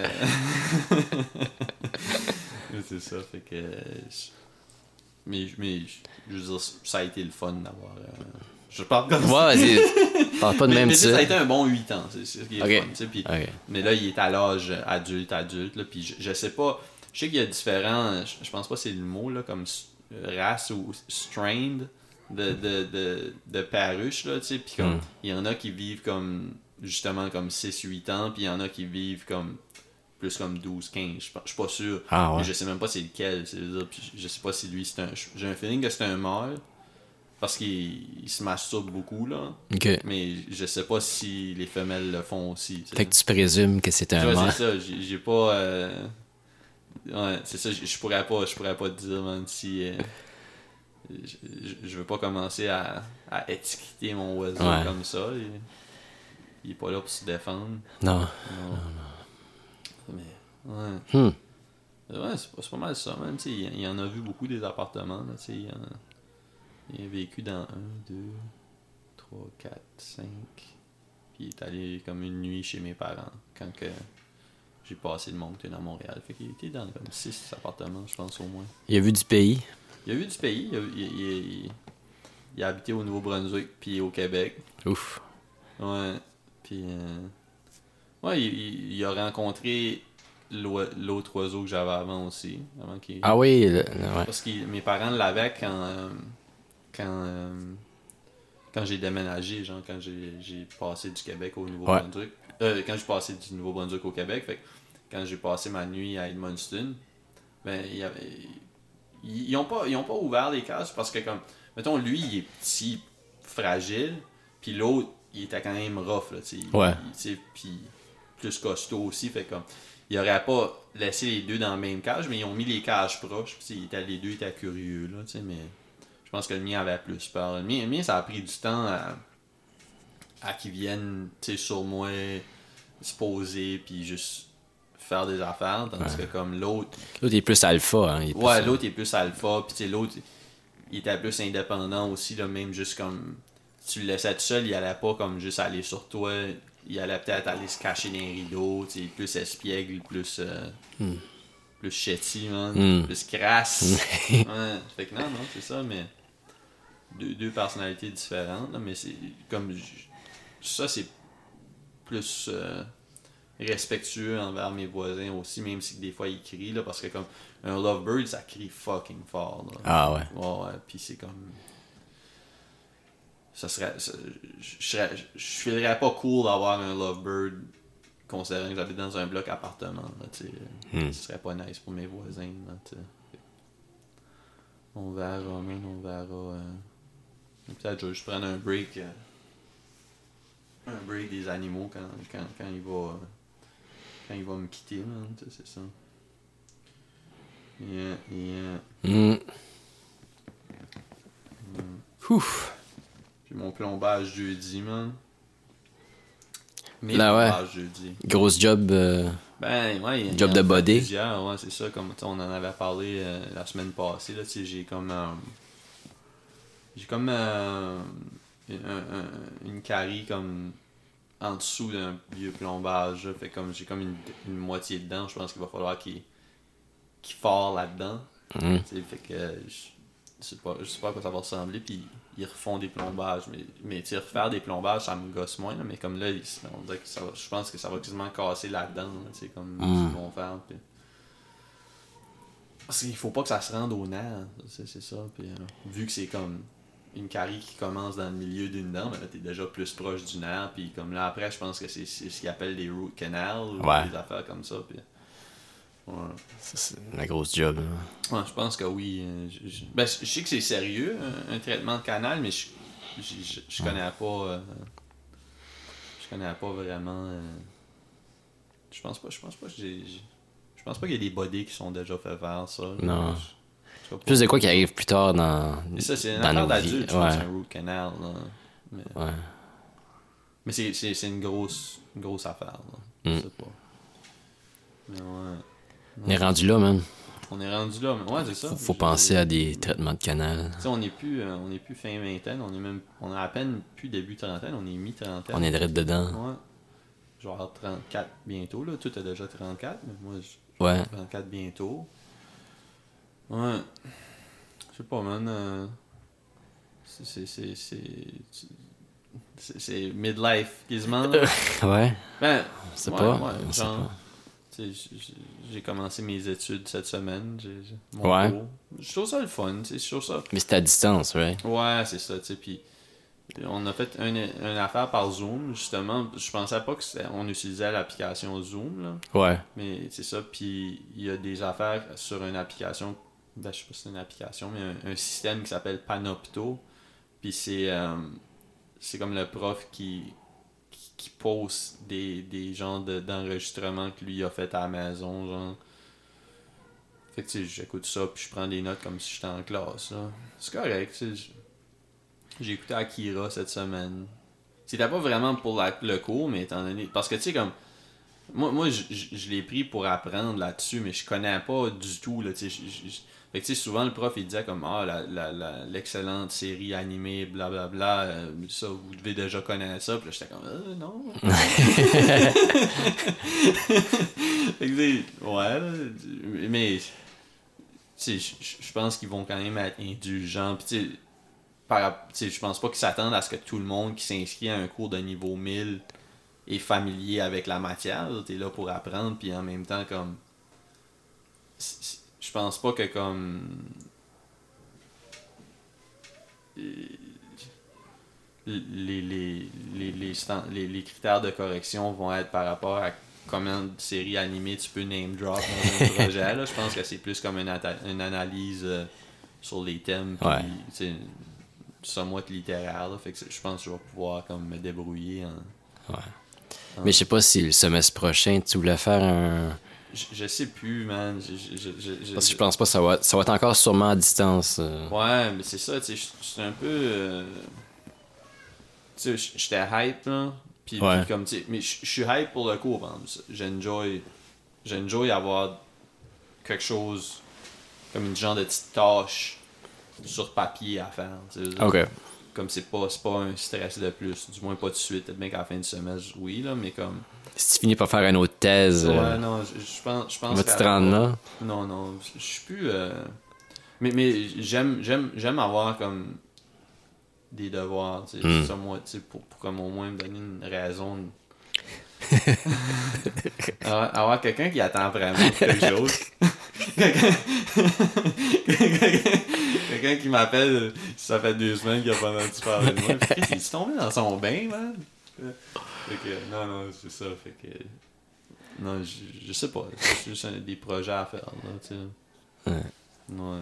c'est ça, fait que. Je... Mais, mais je veux dire, ça a été le fun d'avoir. Euh... Je parle comme ça. Ouais, c'est. Parle pas de mais, même mais ça. Ça a été un bon huit ans, c'est, c'est ce qui est okay. fun. Tu sais, pis, okay. Mais là, il est à l'âge adulte, adulte, là, puis je, je sais pas. Je sais qu'il y a différents. Je, je pense pas que c'est le mot, là, comme race ou strained de, de, de, de paruches, là, tu sais, pis comme. Il mm. y en a qui vivent comme. Justement comme six huit ans, puis il y en a qui vivent comme plus comme douze quinze, je suis pas sûr. Ah ouais. Mais je sais même pas c'est lequel, c'est dire, puis je sais pas si lui c'est un... J'ai un feeling que c'est un mâle, parce qu'il il se masturbe beaucoup, là. Okay. Mais je sais pas si les femelles le font aussi. T'sais. Fait que tu présumes que c'est un ouais, mâle. c'est ça, j'ai, j'ai pas... Euh... Ouais, c'est ça, je pourrais pas, je pourrais pas te dire, man, si... Euh... Je, je, je veux pas commencer à, à étiqueter mon oiseau ouais. comme ça, et... Il est pas là pour se défendre. Non. non. non, non. Mais, ouais. Hmm. Ouais, c'est pas, c'est pas mal ça, man. T'sais, il, il en a vu beaucoup des appartements. Là, t'sais, il, en a, il a vécu dans un, deux, trois, quatre, cinq. Puis il est allé comme une nuit chez mes parents quand que j'ai passé le Moncton à Montréal. Fait qu'il était dans comme six appartements, je pense, au moins. Il a vu du pays. Il a vu du pays. Il a, il, il, il, il a habité au Nouveau-Brunswick puis au Québec. Ouf. Ouais. Puis, euh, ouais, il, il a rencontré l'autre oiseau que j'avais avant aussi. Avant qu'il... Ah oui, le, ouais. Parce que mes parents l'avaient quand, euh, quand, euh, quand j'ai déménagé, genre quand j'ai, j'ai passé du Québec au Nouveau-Brunswick. Ouais. Euh, quand j'ai passé du Nouveau-Brunswick au Québec, fait quand j'ai passé ma nuit à Edmundston, ben, il y avait, ils n'ont pas, ils ont pas ouvert les cases parce que, comme, mettons, lui, il est petit, fragile, puis l'autre, il était quand même rough, là, tu sais. Ouais. Tu sais, puis plus costaud aussi, fait comme ils auraient pas laissé les deux dans la même cage, mais ils ont mis les cages proches, puis ils étaient, les deux étaient curieux, là, tu sais, mais je pense que le mien avait plus peur. Le mien, le mien ça a pris du temps à, à qu'ils viennent, tu sais, sur moi, se poser, puis juste faire des affaires, tandis ouais. que comme l'autre... L'autre est plus alpha, hein. Il est plus, ouais, l'autre est plus alpha, puis tu sais, l'autre, il était plus indépendant aussi, là, même juste comme... Si tu le laissais tout seul, il allait pas comme juste aller sur toi, il allait peut-être aller se cacher dans les rideaux, tu sais, plus espiègle, plus... Euh, mm. plus chéti, man, mm. plus crasse. ouais, fait que non, non, c'est ça, mais... Deux, deux personnalités différentes, là, mais c'est comme... Ça, c'est plus... Euh, respectueux envers mes voisins aussi, même si des fois ils crient, là, parce que comme un lovebird, ça crie fucking fort. Là. Ah ouais. Ouais, ouais, puis c'est comme... Ça serait... Ça, je serais... Je filerais pas cool d'avoir un lovebird considérant que j'habite dans un bloc appartement, là, tu sais. Hmm. Ce serait pas nice pour mes voisins, là, tu sais. On verra, man, on verra... Euh... Peut-être je vais juste prendre un break... Euh... Un break des animaux quand, quand, quand il va... Euh... Quand il va me quitter, man, c'est ça. Yeah, yeah. Mm. Mm. Ouf. J'ai mon plombage jeudi, man. Mes là, plombages ouais. jeudi. Grosse job. Euh... Ben, ouais. Y a, job y de body. Plusieurs, ouais, c'est ça. Comme on en avait parlé euh, la semaine passée, là, tu sais, j'ai comme. Euh, j'ai comme. Euh, un, un, une carie comme. En dessous d'un vieux plombage, là. Fait comme j'ai comme une, une moitié dedans, je pense qu'il va falloir qu'il qu'il fore là-dedans. Mm. Fait que je, je sais pas, je sais pas à quoi ça va ressembler, puis ils refont des plombages, mais mais tu refaire des plombages, ça me gosse moins, là, mais comme là, on dirait que ça va, je pense que ça va quasiment casser là-dedans, tu sais, comme mm. ce qu'ils vont faire. Puis... Parce qu'il faut pas que ça se rende au nerf, c'est, c'est ça. Puis euh, vu que c'est comme une carie qui commence dans le milieu d'une dent, ben là, t'es déjà plus proche du nerf, puis comme là, après, je pense que c'est, c'est ce qu'ils appellent des root canals, ou ouais. des affaires comme ça, puis... Ouais. Ça, c'est la grosse job, là. Ouais, je pense que oui. Je, je, ben, je sais que c'est sérieux, un, un traitement de canal, mais je, je, je, je connais pas... Euh, je connais pas vraiment... Euh, je pense pas, je pense pas que j'ai... Je pense pas qu'il y a des bodies qui sont déjà fait faire ça. Non. Je, plus de quoi qui arrive plus tard dans et ça, c'est une dans affaire nos vies. d'adulte, je ouais. pense, un root canal. Là. Mais, ouais. mais c'est, c'est, c'est une grosse, une grosse affaire. Là. Je mm. sais pas. Mais ouais. On est rendu là, man. On est rendu là, mais ouais, c'est ça. Faut, faut penser à des traitements de canal. Tu sais, on n'est plus, euh, on est plus fin vingtaine, on est même, on est à peine plus début trentaine, on est mi-trentaine. On est direct dedans. Ouais. Je vais avoir trente-quatre bientôt, là. Toi, t'as déjà trente-quatre, mais moi, j'ai ouais. trente-quatre bientôt. Ouais. Je sais pas, man. Euh... C'est, c'est, c'est, c'est... c'est... C'est midlife, quasiment. Là. ouais. Ben, c'est ouais, pas. Ouais, genre, tu sais, j'ai commencé mes études cette semaine. J'ai, j'ai mon ouais. cours. Je trouve ça le fun, tu sais, je trouve ça... Mais c'est à distance, right? Ouais, c'est ça, tu sais, puis... On a fait une, une affaire par Zoom, justement. Je pensais pas qu'on utilisait l'application Zoom, là. Ouais. Mais c'est ça, puis il y a des affaires sur une application... Ben, je sais pas si c'est une application, mais un, un système qui s'appelle Panopto. Puis c'est... Euh, c'est comme le prof qui... qui pose des, des genres de, d'enregistrements que lui a fait à la maison, genre. Fait que tu sais, j'écoute ça, puis je prends des notes comme si j'étais en classe, là. C'est correct, tu sais. J'ai écouté Akira cette semaine. C'était pas vraiment pour la, le cours, mais étant donné... Parce que tu sais, comme... Moi, moi je, je, je l'ai pris pour apprendre là-dessus, mais je connais pas du tout, là, tu sais. Fait que tu sais, souvent le prof, il disait comme, ah, la, la, la, l'excellente série animée, blablabla, euh, ça, vous devez déjà connaître ça. Puis là, j'étais comme, euh, non. Fait que tu sais, ouais, là, mais, tu sais, je pense qu'ils vont quand même être indulgents. Puis tu sais, par, tu sais, je pense pas qu'ils s'attendent à ce que tout le monde qui s'inscrit à un cours de niveau mille est familier avec la matière. T'es là pour apprendre, puis en même temps, comme... Je pense pas que, comme... Les, les, les, les, stand, les, les critères de correction vont être par rapport à combien de séries animées tu peux name drop dans un projet. Là. Je pense que c'est plus comme une, atta- une analyse euh, sur les thèmes, puis, ouais. somewhat littéraire. Là. Fait que je pense que je vais pouvoir comme, me débrouiller en... Ouais. Mais je sais pas si le semestre prochain, tu voulais faire un... Je, je sais plus, man. Je, je, je, je, Parce que je pense pas que ça va, ça va être encore sûrement à distance. euh. Ouais, mais c'est ça, tu sais, je suis un peu... Euh... Tu sais, j'étais hype, là. Puis, Ouais. puis comme, tu sais, mais je je suis hype pour le cours, par exemple. J'enjoy... J'enjoy avoir quelque chose comme une genre de petite tâche sur papier à faire, tu sais. OK. Comme c'est pas, c'est pas un stress de plus, du moins pas tout de suite. Peut-être bien qu'à la fin du semestre, oui, là, mais comme... Si tu finis par faire une autre thèse, Ouais, euh, non, je, je pense... Je pense vas-tu qu'à te la- rendre là? Non, non, je suis plus... euh, Mais, mais j'aime, j'aime, j'aime avoir comme des devoirs, tu sais, Mm. ça, moi, tu sais, pour, pour comme au moins me donner une raison. de- avoir, avoir quelqu'un qui attend vraiment quelque chose. quelqu'un... quelqu'un quelqu'un qui m'appelle, ça fait deux semaines qu'il a pas entendu parler de moi. Puis, Chris, il est tombé dans son bain, man. Fait que, non, non, c'est ça, fait que... Non, je, je sais pas, c'est juste un- des projets à faire, là, tu sais. Ouais. Ouais.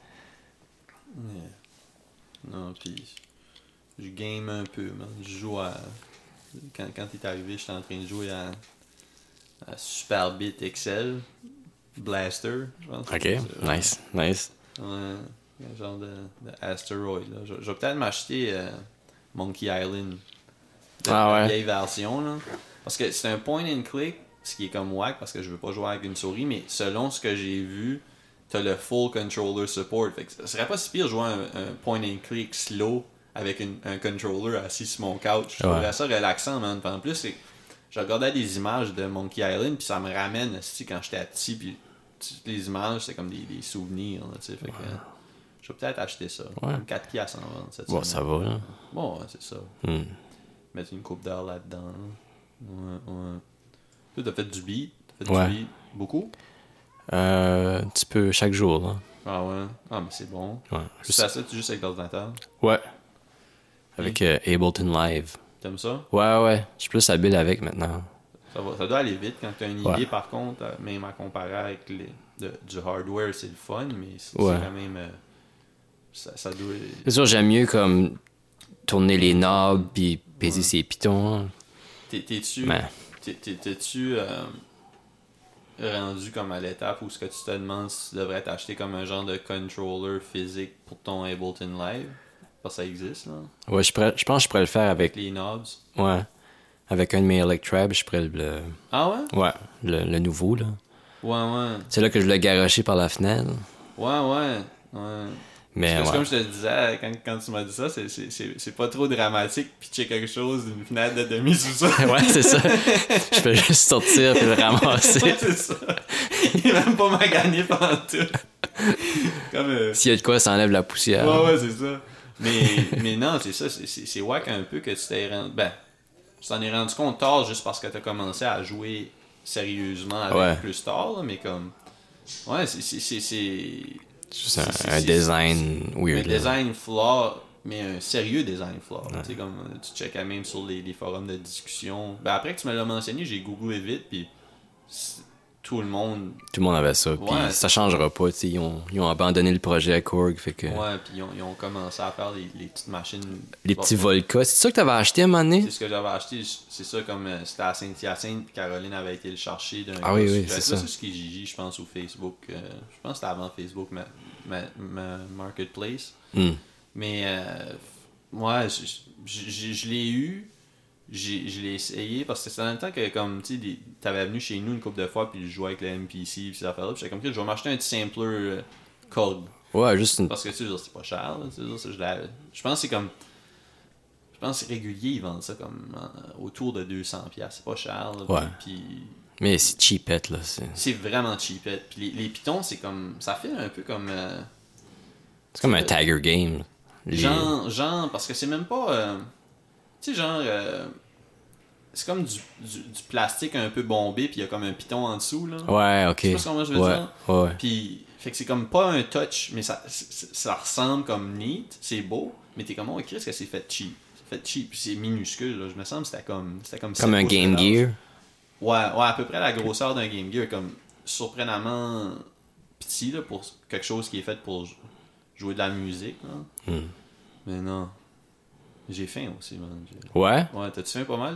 Yeah. Non, pis je game un peu, man. Je joue à... Quand, quand t'es arrivé, j'étais en train de jouer à, à Super Beat Excel Blaster, je pense. OK, C'est ça. nice, nice. Ouais, un genre de, de Asteroid, là. Je, je vais peut-être m'acheter euh, Monkey Island. De, Ah la ouais. vieille version, là. Parce que c'est un point and click, ce qui est comme whack, parce que je veux pas jouer avec une souris, mais selon ce que j'ai vu, t'as le full controller support. Fait que ce serait pas si pire jouer un, un point and click slow avec une, un controller assis sur mon couch. Je trouverais Ouais. ça relaxant, man. Puis en plus, c'est, je regardais des images de Monkey Island, puis ça me ramène esti, quand j'étais petit, puis les images, c'est comme des, des souvenirs, là, tu sais. Fait que, euh, je vais peut-être acheter ça. Ouais. Comme quatre piastres en vente cette Bon, semaine. ça va, là. Bon, ouais, c'est ça. Hmm. Mettre une coupe d'heure là-dedans. là. Ouais, ouais. Toi, t'as fait du beat. T'as fait Ouais. du beat beaucoup? Euh, un petit peu chaque jour, là. Ah ouais. Ah, mais c'est bon. Ouais. Tu fais ça juste avec l'ordinateur? Ouais. Avec euh, Ableton Live. T'aimes ça? Ouais, ouais. Je suis plus habile avec maintenant. Ça, va, ça doit aller vite quand t'as une idée, Ouais. par contre, euh, même à comparer avec les, de- du hardware, c'est le fun, mais c'est, Ouais. c'est quand même... euh, ça, ça doit... C'est sûr, j'aime mieux comme tourner les knobs puis peser ses pitons. hein. T'es, t'es-tu... Mais T'es, t'es- t'es-tu euh, rendu comme à l'étape où ce que tu te demandes si tu devrais t'acheter comme un genre de controller physique pour ton Ableton Live? Parce que ça existe, là. ouais, je, pourrais- je pense que je pourrais le faire avec. Les knobs. Ouais. Avec un de mes Electrabs, je pourrais le. Ah ouais? Ouais, le, le nouveau, là. Ouais, ouais. C'est là que je l'ai garoché par la fenêtre. Ouais, ouais. Ouais. Mais Parce que ouais. comme je te disais, quand, quand tu m'as dit ça, c'est, c'est, c'est, c'est pas trop dramatique pitcher quelque chose d'une fenêtre de demi-sous-sol. Ouais, c'est ça. Je peux juste sortir puis le ramasser. Ouais, c'est ça. Il est même pas magané pendant tout. Comme... euh, S'il y a de quoi, ça enlève la poussière. Ouais, ouais, c'est ça. Mais, mais non, c'est ça, c'est, c'est, c'est wack un peu que tu t'es rendu... Ben, tu t'en es rendu compte tard juste parce que t'as commencé à jouer sérieusement avec Ouais. plus tard, là, mais comme... Ouais, c'est... c'est, c'est, c'est... C'est juste un, c'est- un c'est- design Un weird. là. design flaw, mais un sérieux design flaw. Tu sais, comme euh, tu checkais même sur les, les forums de discussion. Ben, après que tu me l'as mentionné, j'ai googlé vite, puis c'est- tout le monde... Tout le monde avait ça. Puis Ouais. ça changera pas. tu sais, Ils ont, ils ont abandonné le projet à Korg. Fait que... Ouais, puis ils ont, ils ont commencé à faire les, les petites machines... Les Bon, petits Volca. C'est ça que t'avais acheté à un moment donné? c'est ce que j'avais acheté, c'est ça, comme euh, c'était à Saint-Hyacinthe, puis Caroline avait été le chercher d'un Ah gars oui, sur- oui, j'avais c'est trouvé ça. sur Kijiji, je pense, ou Facebook. euh, je pense que c'était avant Facebook, ma, ma, ma Marketplace. Hmm. Mais, euh, ouais, je, je, je- je l'ai eu, j'ai, je l'ai essayé, parce que c'était dans le temps que, comme, tu sais, des- t'avais venu chez nous une couple de fois, puis je jouais avec le M P C, puis ces affaires-là, puis j'étais comme, je vais m'acheter un petit sampler euh, code. Ouais, juste une. Parce que, tu sais, je veux dire, c'est pas cher, là, tu sais, je veux dire, ça, je l'avais- je pense que c'est comme... Je pense que c'est régulier, ils vendent ça comme euh, autour de deux cents piastres. C'est pas cher. Là, Ouais. Puis Mais c'est cheapette, là. C'est c'est vraiment cheapette. Puis les, les pitons, c'est comme... Ça fait un peu comme... euh, c'est comme un Tiger Game. Les- genre, genre... Parce que c'est même pas... euh, tu sais, genre... euh, c'est comme du, du, du plastique un peu bombé, puis il y a comme un piton en dessous, là. Ouais, ok. Tu sais pas comment je veux ouais. dire? Ouais. Puis, fait que c'est comme pas un touch, mais ça, c'est- ça ressemble comme neat, c'est beau, mais t'es comme, oh, Chris, que c'est fait cheap. C'est fait cheap, puis c'est minuscule, là. Je me sens que c'était comme... C'était comme, Comme sept un pouces de Game large. Gear. Ouais, ouais, à peu près la grosseur d'un Game Gear, comme surprenamment petit, là, pour quelque chose qui est fait pour jou- jouer de la musique, là. Hmm. Mais non. J'ai faim aussi, man. J'ai- Ouais. Ouais, t'as-tu faim pas mal, là?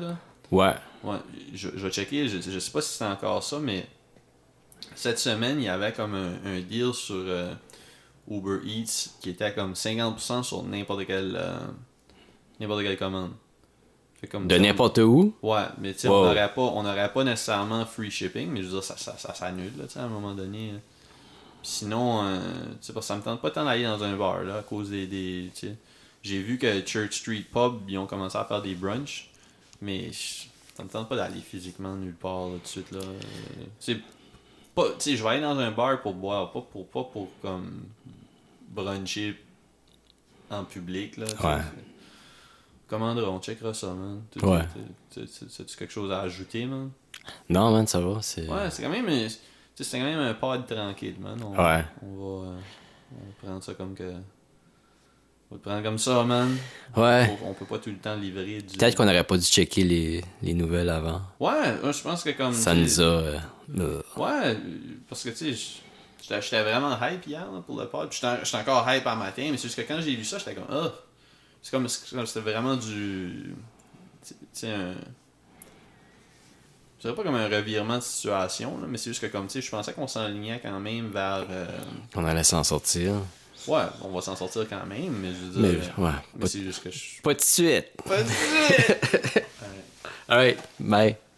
Ouais. Ouais, je, je vais checker, je, je sais pas si c'est encore ça, mais cette semaine, il y avait comme un, un deal sur euh, Uber Eats qui était comme cinquante pour cent sur n'importe quelle, euh, n'importe quelle commande. Fait comme, De n'importe où? Ouais, mais tu sais, Wow. on n'aurait pas, on n'aurait pas nécessairement free shipping, mais je veux dire, ça, ça, ça s'annule, là, tu sais, à un moment donné. Là. Sinon, euh, tu sais, parce que ça me tente pas tant d'aller dans un bar, là, à cause des, des tu sais. J'ai vu que Church Street Pub, ils ont commencé à faire des brunchs, mais je- ça me tente pas d'aller physiquement nulle part, là, tout de suite, là. Euh, tu sais, pas, tu sais, je vais aller dans un bar pour boire, pas pour, pas pour, comme, bruncher en public, là, tu sais. Ouais. Commandera, on checkera ça, man. Tu- Ouais. tu- tu- tu- As-tu quelque chose à ajouter, man? Non, man, ça va. C'est... Ouais, c'est quand même, un- tu sais, c'est quand même un pod tranquille, man. On, Ouais. On va, euh, on va prendre ça comme que... On va le prendre comme ça, man. Ouais. On, on peut pas tout le temps livrer du... Peut-être qu'on aurait pas dû checker les, les nouvelles avant. Ouais, moi, je pense que comme... Ça tu nous sais, a... euh, euh, Ouais, euh, parce que, tu sais, j'étais j'étais vraiment hype hier, là, pour le pod. Puis J'étais j'étais encore hype en matin, mais c'est juste que quand j'ai lu ça, j'étais comme... Ah! C'est comme, c'est comme c'était vraiment du... Tu sais, un... Je dirais pas comme un revirement de situation, là, mais c'est juste que comme, tu sais, je pensais qu'on s'enlignait quand même vers... euh, On allait s'en sortir. Ouais, on va s'en sortir quand même, mais je veux Mais, dire... euh, ouais. mais Pas, c'est juste que je... pas de suite. Pas de suite! Alright, bye.